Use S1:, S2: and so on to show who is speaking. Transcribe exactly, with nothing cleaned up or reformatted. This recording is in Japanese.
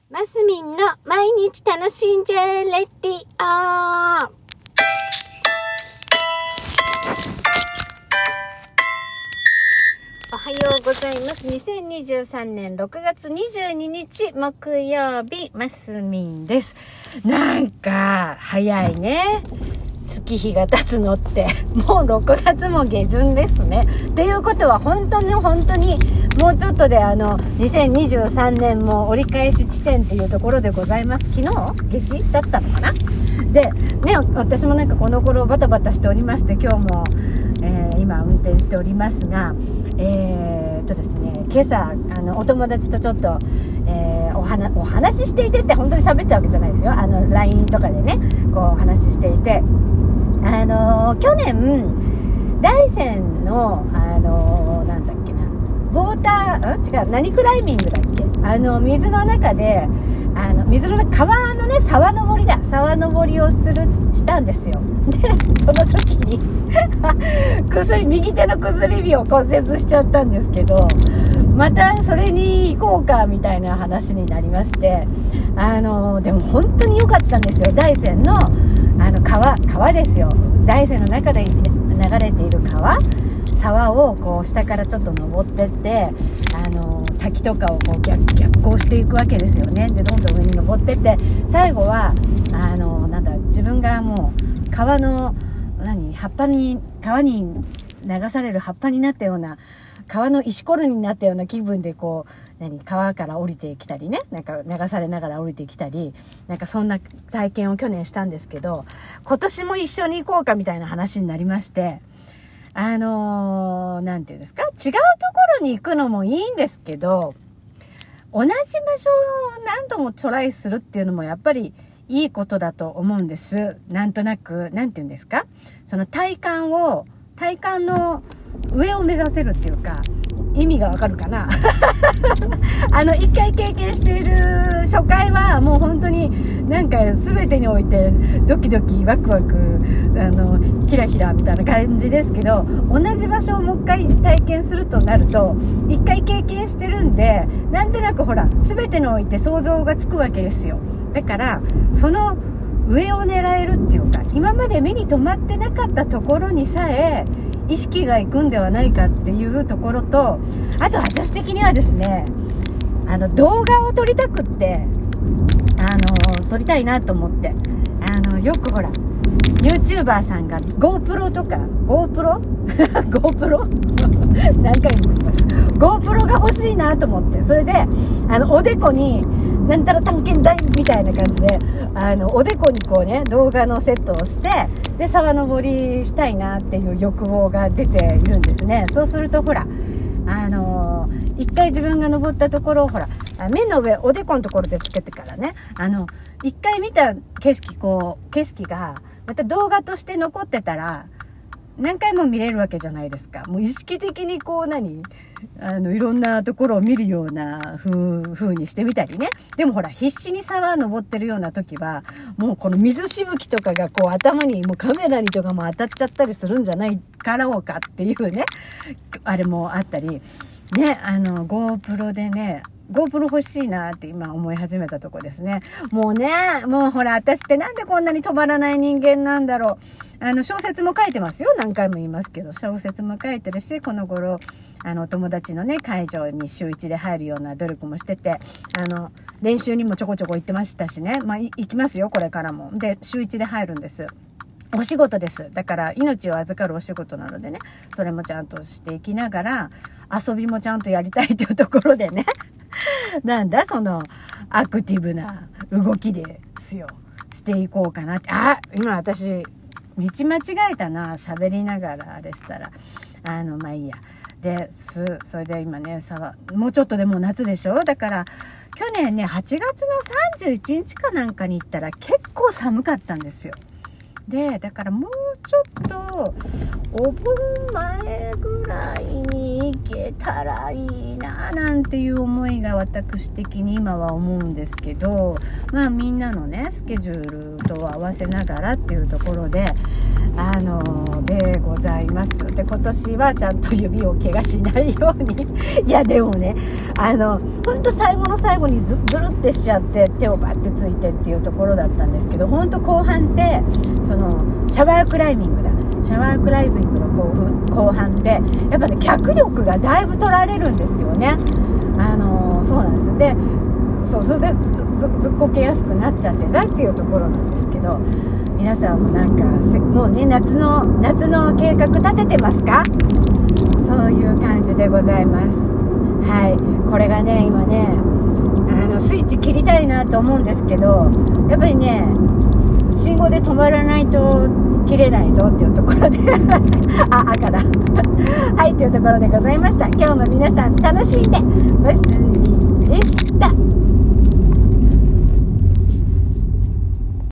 S1: マスミンの毎日楽しんじゃえレディオ。おはようございます。にせんにじゅうさんねんろくがつにじゅうににち木曜日、マスミンです。なんか早いね、月日が経つのって。もうろくがつも下旬ですね。っていうことは本当に本当にもうちょっとであのにせんにじゅうさんねんも折り返し地点っていうところでございます。昨日夏至だったのかな。でね、私もなんかこの頃バタバタしておりまして、今日も、えー、今運転しておりますが、えー、っとですね今朝あのお友達とちょっと、えー、お, 話お話ししていてって本当に喋ったわけじゃないですよ。あの ライン とかでねこうお話ししていて、あのー、去年大山のあのー、なんだっけなウォーターん違う何クライミングだっけ、あの水の中であの水の中川のね沢登りだ沢登りをするしたんですよ。でその時に薬右手の薬指を骨折しちゃったんですけど、またそれに行こうかみたいな話になりまして、あのでも本当に良かったんですよ。大山のあの川川ですよ。大山の中で流れている川沢をこう下からちょっと登ってって、あの滝とかをこう 逆, 逆行していくわけですよね。でどんどん上に登ってって、最後はあのなんだ自分がもう川の何葉っぱに川に流される葉っぱになったような、川の石ころになったような気分でこう何川から降りてきたりね、なんか流されながら降りてきたり、なんかそんな体験を去年したんですけど、今年も一緒に行こうかみたいな話になりまして、あのー、なんていうんですか、違うところに行くのもいいんですけど、同じ場所を何度もトライするっていうのもやっぱりいいことだと思うんです。なんとなくなんていうんですか、その体感を体感の上を目指せるっていうか、意味がわかるかなあの一回経験している初回はもう本当になんか全てにおいてドキドキワクワクあのヒラヒラみたいな感じですけど、同じ場所をもう一回体験するとなると一回経験してるんで、なんとなくほら全てにおいて想像がつくわけですよ。だからその上を狙えるっていうか、今まで目に留まってなかったところにさえ意識がいくんではないかっていうところと、あと私的にはですね、あの動画を撮りたくってあの撮りたいなと思って、あのよくほら YouTuber さんが GoPro とか GoPro? GoPro? 何回も言います GoPro が欲しいなと思って、それであのおでこになんたら探検隊みたいな感じであのおでこにこうね動画のセットをして、で沢登りしたいなっていう欲望が出ているんですね。そうするとほらあのー、一回自分が登ったところをほら目の上おでこのところでつけてからね、あの一回見た景色こう景色がまた動画として残ってたら何回も見れるわけじゃないですか。もう意識的にこう何あのいろんなところを見るような風, 風にしてみたりね。でもほら必死に沢登ってるような時はもうこの水しぶきとかがこう頭にもうカメラにとかも当たっちゃったりするんじゃないかろうかっていうね、あれもあったりね、あの GoPro でねGoPro 欲しいなって今思い始めたとこですね。もうね、もうほら私ってなんでこんなに止まらない人間なんだろう。あの小説も書いてますよ。何回も言いますけど小説も書いてるし、この頃あのお友達のね会場に週一で入るような努力もしてて、あの練習にもちょこちょこ行ってましたしね。まあ行きますよこれからも。で週一で入るんです。お仕事です。だから命を預かるお仕事なのでね、それもちゃんとしていきながら遊びもちゃんとやりたいというところでねなんだそのアクティブな動きですよしていこうかなって。あ、今私道間違えたな、喋りながらでしたらあのまあいいや。ですそれで今ねさもうちょっとでもう夏でしょ。だから去年ねはちがつのさんじゅういちにちかなんかに行ったら結構寒かったんですよ。でだからもうちょっとお盆前ぐらいに行けたらいいななんていう思いが私的に今は思うんですけど、まあみんなのねスケジュールと合わせながらっていうところで、 あのでございます。で今年はちゃんと指を怪我しないようにいやでもね、あの本当最後の最後に ず, ずるってしちゃって手をバッてついてっていうところだったんですけど、本当後半ってそのシャワークライミングだシャワークライミングの 後, 後半ってやっぱね脚力がだいぶ取られるんですよね。あのそうなんですよ。でそうそれで ず, ずっこけやすくなっちゃってたっていうところなんですけど、皆さんもなんかもうね夏の夏の計画立ててますか？そういう感じでございます。はい、これがね今ねあのスイッチ切りたいなと思うんですけど、やっぱりね信号で止まらないと切れないぞっていうところであ赤だはいというところでございました。今日も皆さん楽しんでますみでした。